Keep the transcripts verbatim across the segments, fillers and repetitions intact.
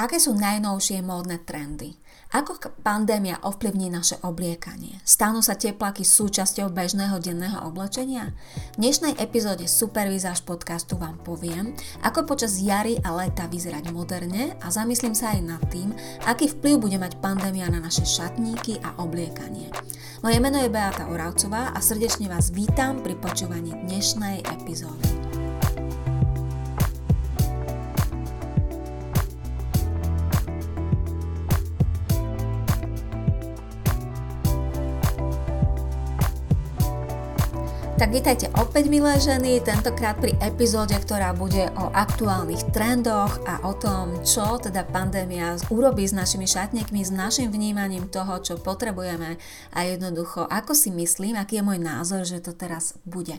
Aké sú najnovšie módne trendy? Ako pandémia ovplyvní naše obliekanie? Stanú sa tepláky súčasťou bežného denného oblečenia? V dnešnej epizóde Supervizáž podcastu vám poviem, ako počas jary a leta vyzerať moderne a zamyslím sa aj nad tým, aký vplyv bude mať pandémia na naše šatníky a obliekanie. Moje meno je Beata Oravcová a srdečne vás vítam pri počúvaní dnešnej epizódy. Tak vítajte opäť, milé ženy, tentokrát pri epizóde, ktorá bude o aktuálnych trendoch a o tom, čo teda pandémia urobí s našimi šatníkmi, s našim vnímaním toho, čo potrebujeme a jednoducho, ako si myslím, aký je môj názor, že to teraz bude.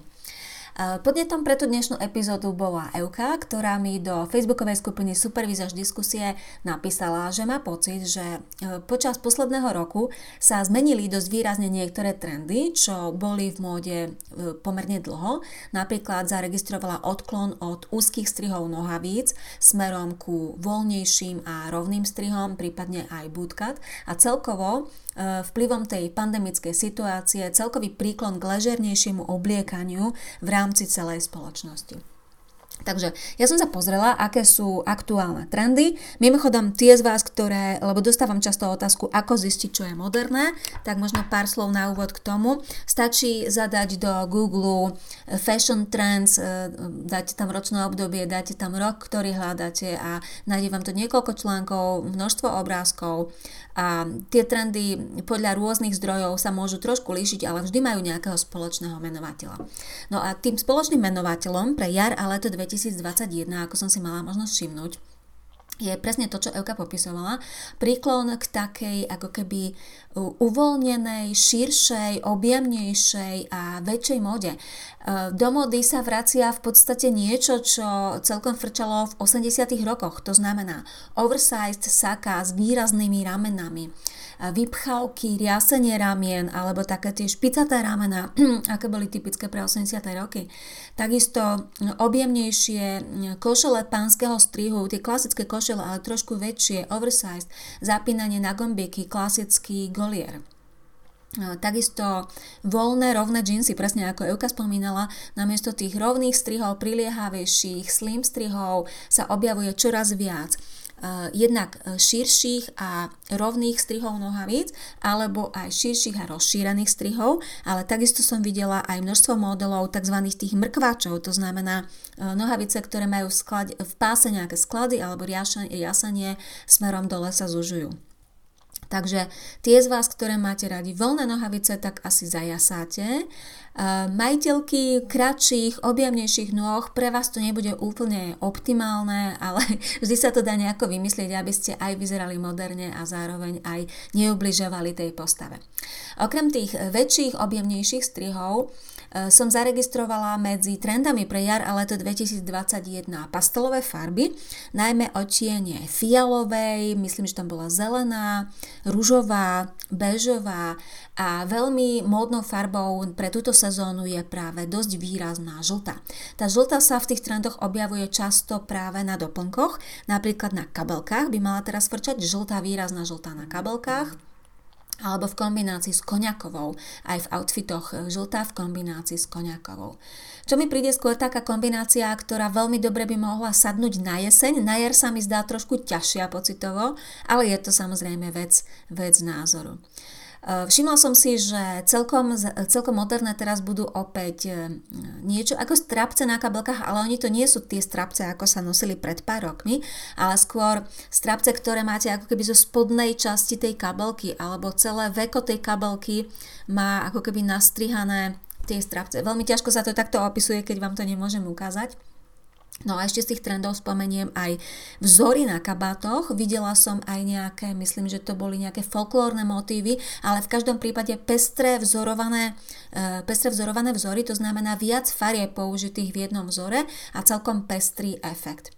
Podnetom pre tú dnešnú epizódu bola Euka, ktorá mi do facebookovej skupiny Supervizáž diskusie napísala, že má pocit, že počas posledného roku sa zmenili dosť výrazne niektoré trendy, čo boli v móde pomerne dlho. Napríklad zaregistrovala odklon od úzkých strihov nohavíc smerom ku voľnejším a rovným strihom, prípadne aj bootcut a celkovo vplyvom tej pandemickej situácie celkový príklon k ležernejšiemu obliekaniu v rámci celej spoločnosti. Takže ja som sa pozrela, aké sú aktuálne trendy. Mimochodom, tie z vás, ktoré, lebo dostávam často otázku, ako zistiť, čo je moderné, tak možno pár slov na úvod k tomu. Stačí zadať do Google Fashion Trends, dáte tam ročné obdobie, dáte tam rok, ktorý hľadáte a nájde vám to niekoľko článkov, množstvo obrázkov a tie trendy podľa rôznych zdrojov sa môžu trošku líšiť, ale vždy majú nejakého spoločného menovateľa. No a tým spoločným menovateľom pre jar a leto dvetisícdvadsaťjeden, ako som si mala možnosť všimnúť, je presne to, čo Euka popisovala, príklon k takej ako keby uvoľnenej, širšej, objemnejšej a väčšej mode. Do mody sa vracia v podstate niečo, čo celkom frčalo v osemdesiatych rokoch, to znamená oversized saka s výraznými ramenami, vypchavky, riasenie ramien alebo také tie špicaté ramená, aké boli typické pre osemdesiate roky. Takisto objemnejšie košele pánskeho strihu, tie klasické košele, ale trošku väčšie, oversized, zapínanie na gombíky, klasický golier. Takisto voľné, rovné džínsy, presne ako Euka spomínala, namiesto tých rovných strihov, priliehavejších, slim strihov sa objavuje čoraz viac jednak širších a rovných strihov nohavíc, alebo aj širších a rozšírených strihov, ale takisto som videla aj množstvo modelov tzv. Tých mrkváčov, to znamená nohavice, ktoré majú v, sklade, v páse nejaké sklady alebo riasanie smerom dole sa zužujú. Takže tie z vás, ktoré máte radi voľné nohavice, tak asi zajasáte. Majiteľky kratších, objemnejších nôh, pre vás to nebude úplne optimálne, ale vždy sa to dá nejako vymyslieť, aby ste aj vyzerali moderne a zároveň aj neubližovali tej postave. Okrem tých väčších, objemnejších strihov som zaregistrovala medzi trendami pre jar a leto dvetisícdvadsaťjeden pastelové farby, najmä odtiene fialovej, myslím, že tam bola zelená, ružová, béžová a veľmi módnou farbou pre túto sezónu je práve dosť výrazná žltá. Tá žltá sa v tých trendoch objavuje často práve na doplnkoch, napríklad na kabelkách by mala teraz frčať žltá, výrazná žltá na kabelkách, alebo v kombinácii s koniakovou, aj v outfitoch žltá v kombinácii s koniakovou. Čo mi príde skôr taká kombinácia, ktorá veľmi dobre by mohla sadnúť na jeseň, na jar sa mi zdá trošku ťažšia pocitovo, ale je to samozrejme vec, vec názoru. Všimla som si, že celkom, celkom moderné teraz budú opäť niečo ako strapce na kabelkách, ale oni to nie sú tie strapce, ako sa nosili pred pár rokmi, ale skôr strapce, ktoré máte ako keby zo spodnej časti tej kabelky, alebo celé veko tej kabelky má ako keby nastrihané tie strapce. Veľmi ťažko sa to takto opisuje, keď vám to nemôžem ukázať. No a ešte z tých trendov spomeniem aj vzory na kabátoch. Videla som aj nejaké, myslím, že to boli nejaké folklórne motívy, ale v každom prípade pestré vzorované, pestré vzorované vzory, to znamená viac farieb použitých v jednom vzore a celkom pestrý efekt.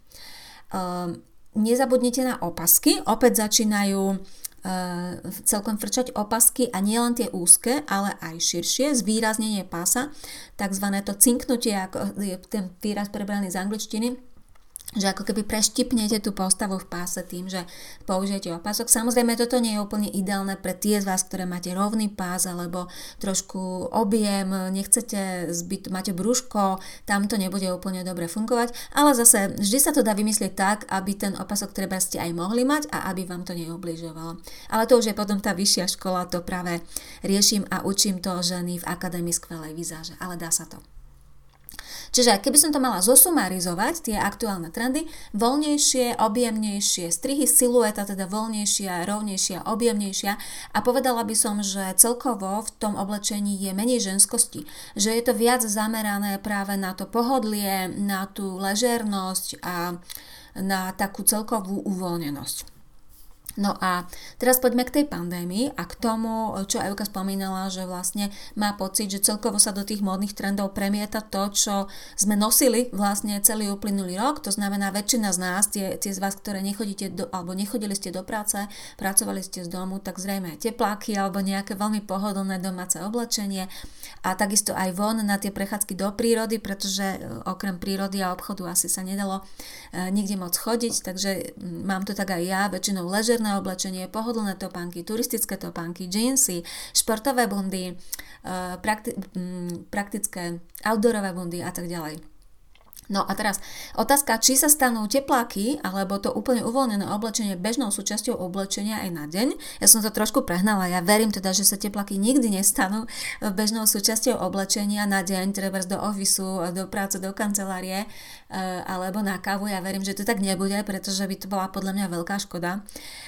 Nezabudnite na opasky, opäť začínajú celkom frčať opasky a nielen tie úzke, ale aj širšie, zvýraznenie pása, takzvané to cinknutie, ako je ten výraz prebraný z angličtiny, že ako keby preštipnete tú postavu v páse tým, že použijete opasok. Samozrejme, toto nie je úplne ideálne pre tie z vás, ktoré máte rovný pás alebo trošku objem, nechcete zbyt, máte brúško, tam to nebude úplne dobre fungovať, ale zase vždy sa to dá vymyslieť tak, aby ten opasok treba ste aj mohli mať a aby vám to neobližovalo. Ale to už je potom tá vyššia škola, to práve riešim a učím to ženy v Akadémii skvelej vizáže, ale dá sa to. Čiže keby som to mala zosumarizovať, tie aktuálne trendy, voľnejšie, objemnejšie strihy, silueta, teda voľnejšia, rovnejšia, objemnejšia a povedala by som, že celkovo v tom oblečení je menej ženskosti, že je to viac zamerané práve na to pohodlie, na tú ležérnosť a na takú celkovú uvoľnenosť. No a teraz poďme k tej pandémii a k tomu, čo Evka spomínala, že vlastne má pocit, že celkovo sa do tých módnych trendov premieta to, čo sme nosili vlastne celý uplynulý rok, to znamená väčšina z nás, tie, tie z vás, ktoré nechodíte do, alebo nechodili ste do práce, pracovali ste z domu, tak zrejme tepláky alebo nejaké veľmi pohodlné domáce oblečenie a takisto aj von na tie prechádzky do prírody, pretože okrem prírody a obchodu asi sa nedalo e, nikde moc chodiť, takže mám to tak aj ja, väčšinou ležer oblečenie, pohodlné topánky, turistické topánky, džínsy, športové bundy, prakti- praktické outdoorové bundy a tak ďalej. No a teraz otázka, či sa stanú tepláky alebo to úplne uvoľnené oblečenie bežnou súčasťou oblečenia aj na deň. Ja som to trošku prehnala, ja verím teda, že sa tepláky nikdy nestanú bežnou súčasťou oblečenia na deň, trebárs do ofisu, do práce, do kancelárie alebo na kávu. Ja verím, že to tak nebude, pretože by to bola podľa mňa veľká škoda.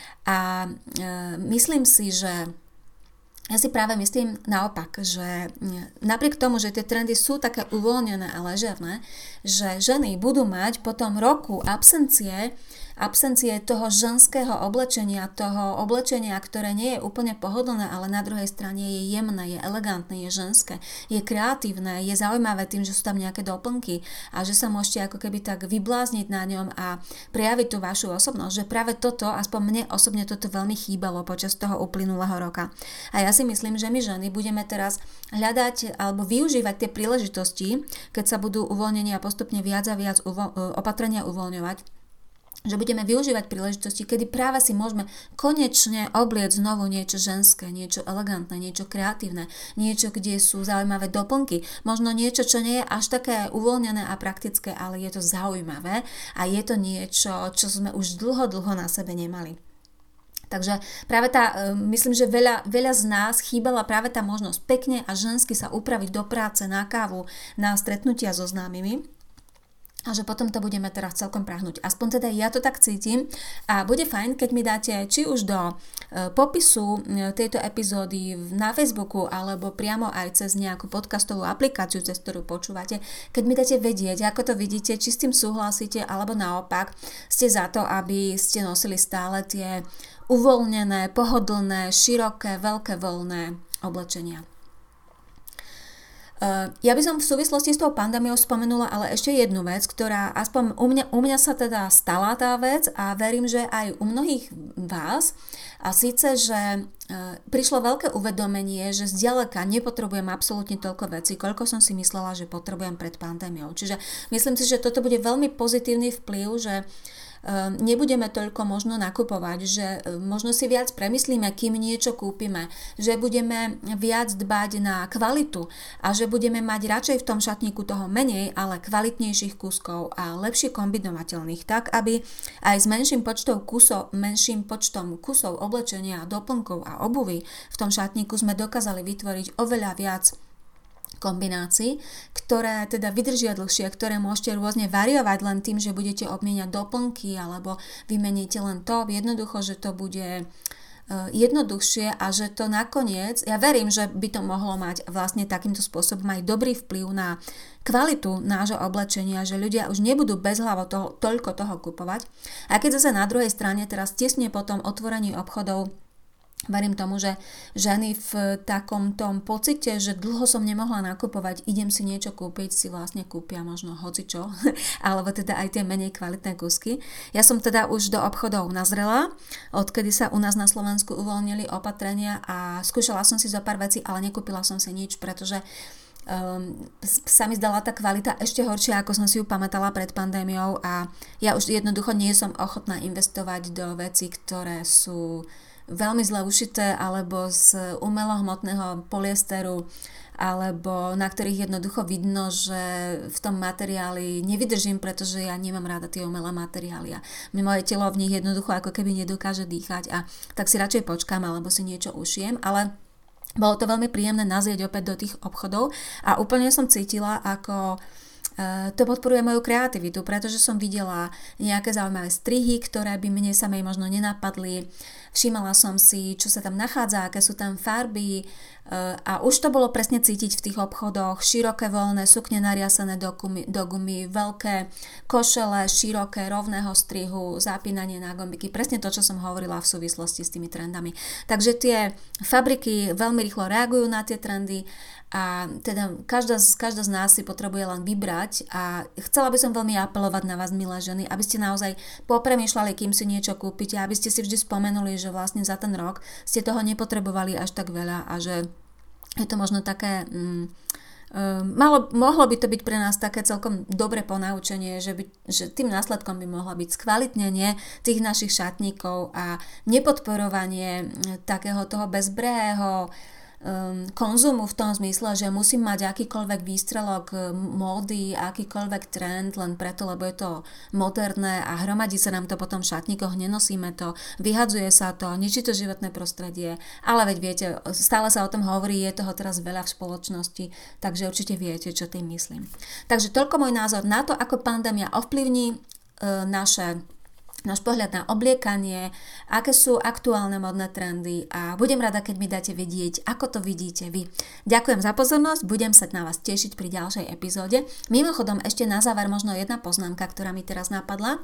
A e, myslím si, že ja si práve myslím naopak, že napriek tomu, že tie trendy sú také uvoľnené a ležerné, že ženy budú mať po tom roku absencie, absencie toho ženského oblečenia, toho oblečenia, ktoré nie je úplne pohodlné, ale na druhej strane je jemné, je elegantné, je ženské, je kreatívne, je zaujímavé tým, že sú tam nejaké doplnky a že sa môžete ako keby tak vyblázniť na ňom a prejaviť tú vašu osobnosť, že práve toto, aspoň mne osobne toto veľmi chýbalo počas toho uplynulého roka. A ja si myslím, že my ženy budeme teraz hľadať alebo využívať tie príležitosti, keď sa budú uvoľnenia postupne viac a viac uvo- opatrenia uvoľňovať, že budeme využívať príležitosti, kedy práve si môžeme konečne obliecť znovu niečo ženské, niečo elegantné, niečo kreatívne, niečo, kde sú zaujímavé doplnky, možno niečo, čo nie je až také uvoľnené a praktické, ale je to zaujímavé a je to niečo, čo sme už dlho, dlho na sebe nemali. Takže práve tá, myslím, že veľa, veľa z nás chýbala práve tá možnosť pekne a žensky sa upraviť do práce, na kávu, na stretnutia so známymi. A že potom to budeme teraz celkom prahnúť. Aspoň teda ja to tak cítim a bude fajn, keď mi dáte či už do popisu tejto epizódy na Facebooku alebo priamo aj cez nejakú podcastovú aplikáciu, cez ktorú počúvate, keď mi dáte vedieť, ako to vidíte, či s tým súhlasíte alebo naopak ste za to, aby ste nosili stále tie uvoľnené, pohodlné, široké, veľké voľné oblečenia. Ja by som v súvislosti s tou pandémiou spomenula ale ešte jednu vec, ktorá aspoň u mňa, u mňa sa teda stala tá vec a verím, že aj u mnohých vás. A síce, že prišlo veľké uvedomenie, že zďaleka nepotrebujem absolútne toľko vecí, koľko som si myslela, že potrebujem pred pandémiou. Čiže myslím si, že toto bude veľmi pozitívny vplyv, že nebudeme toľko možno nakupovať, že možno si viac premyslíme, kým niečo kúpime, že budeme viac dbať na kvalitu a že budeme mať radšej v tom šatníku toho menej, ale kvalitnejších kúskov a lepšie kombinovateľných, tak aby aj s menším počtom kusov, menším počtom kusov oblečenia, doplnkov a obuvy v tom šatníku sme dokázali vytvoriť oveľa viac kombinácií, ktoré teda vydržia dlhšie, ktoré môžete rôzne variovať len tým, že budete obmieniať doplnky alebo vymeníte len top, jednoducho, že to bude jednoduchšie a že to nakoniec, ja verím, že by to mohlo mať vlastne takýmto spôsobom aj dobrý vplyv na kvalitu nášho oblečenia, že ľudia už nebudú bezhlavo toho, toľko toho kupovať. A keď zase na druhej strane teraz tesne po tom otvorení obchodov verím tomu, že ženy v takom tom pocite, že dlho som nemohla nakupovať, idem si niečo kúpiť, si vlastne kúpia možno hocičo, alebo teda aj tie menej kvalitné kusky. Ja som teda už do obchodov nazrela, odkedy sa u nás na Slovensku uvoľnili opatrenia a skúšala som si zo pár vecí, ale nekúpila som si nič, pretože um, sa mi zdala tá kvalita ešte horšia, ako som si ju pamätala pred pandémiou a ja už jednoducho nie som ochotná investovať do vecí, ktoré sú veľmi zle ušité alebo z umelohmotného polyesteru alebo na ktorých jednoducho vidno, že v tom materiáli nevydržím, pretože ja nemám rada tie umelé materiály a moje telo v nich jednoducho ako keby nedokáže dýchať a tak si radšej počkám alebo si niečo ušijem, ale bolo to veľmi príjemné nazrieť opäť do tých obchodov a úplne som cítila, ako to podporuje moju kreativitu, pretože som videla nejaké zaujímavé strihy, ktoré by mne samej možno nenapadli. Všímala som si, čo sa tam nachádza, aké sú tam farby a už to bolo presne cítiť v tých obchodoch. Široké voľné sukne nariasené do gumy, do gumy, veľké košele, široké, rovného strihu, zapínanie na gombiky. Presne to, čo som hovorila v súvislosti s tými trendami. Takže tie fabriky veľmi rýchlo reagujú na tie trendy a teda každá z, každá z nás si potrebuje len vybrať a chcela by som veľmi apelovať na vás, milé ženy, aby ste naozaj popremýšľali, kým si niečo kúpite, aby ste si vždy spomenuli, že vlastne za ten rok ste toho nepotrebovali až tak veľa a že je to možno také mm, um, malo, mohlo by to byť pre nás také celkom dobré ponaučenie, že, by, že tým následkom by mohla byť skvalitnenie tých našich šatníkov a nepodporovanie takého toho bezbrehého konzumu v tom zmysle, že musím mať akýkoľvek výstrelok módy, akýkoľvek trend len preto, lebo je to moderné a hromadí sa nám to potom v šatníkoch, nenosíme to, vyhadzuje sa to, ničí to životné prostredie, ale veď viete, stále sa o tom hovorí, je toho teraz veľa v spoločnosti, takže určite viete, čo tým myslím. Takže toľko môj názor na to, ako pandémia ovplyvní e, naše náš pohľad na obliekanie, aké sú aktuálne modné trendy a budem rada, keď mi dáte vedieť, ako to vidíte vy. Ďakujem za pozornosť, budem sa na vás tešiť pri ďalšej epizóde. Mimochodom, ešte na záver možno jedna poznámka, ktorá mi teraz napadla.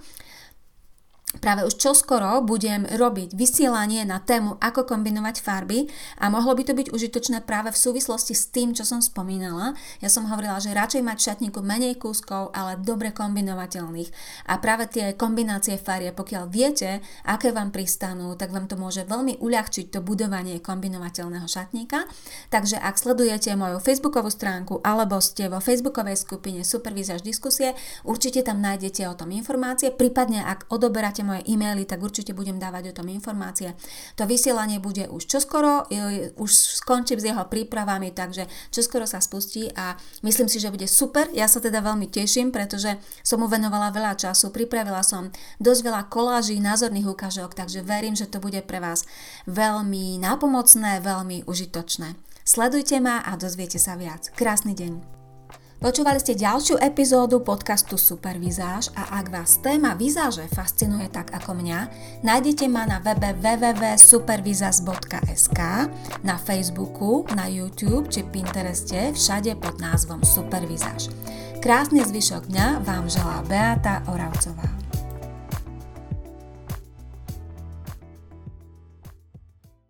Práve už čoskoro budem robiť vysielanie na tému, ako kombinovať farby a mohlo by to byť užitočné práve v súvislosti s tým, čo som spomínala. Ja som hovorila, že radšej mať v šatníku menej kúskov, ale dobre kombinovateľných. A práve tie kombinácie farie, pokiaľ viete, aké vám pristanú, tak vám to môže veľmi uľahčiť to budovanie kombinovateľného šatníka. Takže ak sledujete moju facebookovú stránku alebo ste vo facebookovej skupine Super Vizáž diskusie, určite tam nájdete o tom informácie, prípadne ak odoberáte moje e-maily, tak určite budem dávať o tom informácie. To vysielanie bude už čoskoro, už skončím s jeho prípravami, takže čoskoro sa spustí a myslím si, že bude super. Ja sa teda veľmi teším, pretože som mu venovala veľa času, pripravila som dosť veľa koláží, názorných ukážok, takže verím, že to bude pre vás veľmi nápomocné, veľmi užitočné. Sledujte ma a dozviete sa viac. Krásny deň. Počúvali ste ďalšiu epizódu podcastu Super Vizáž a ak vás téma vizáže fascinuje tak ako mňa, nájdete ma na webe w w w bodka supervizaz bodka es ka, na Facebooku, na YouTube či Pintereste, všade pod názvom Super Vizáž. Krásny zvyšok dňa vám želá Beata Oravcová.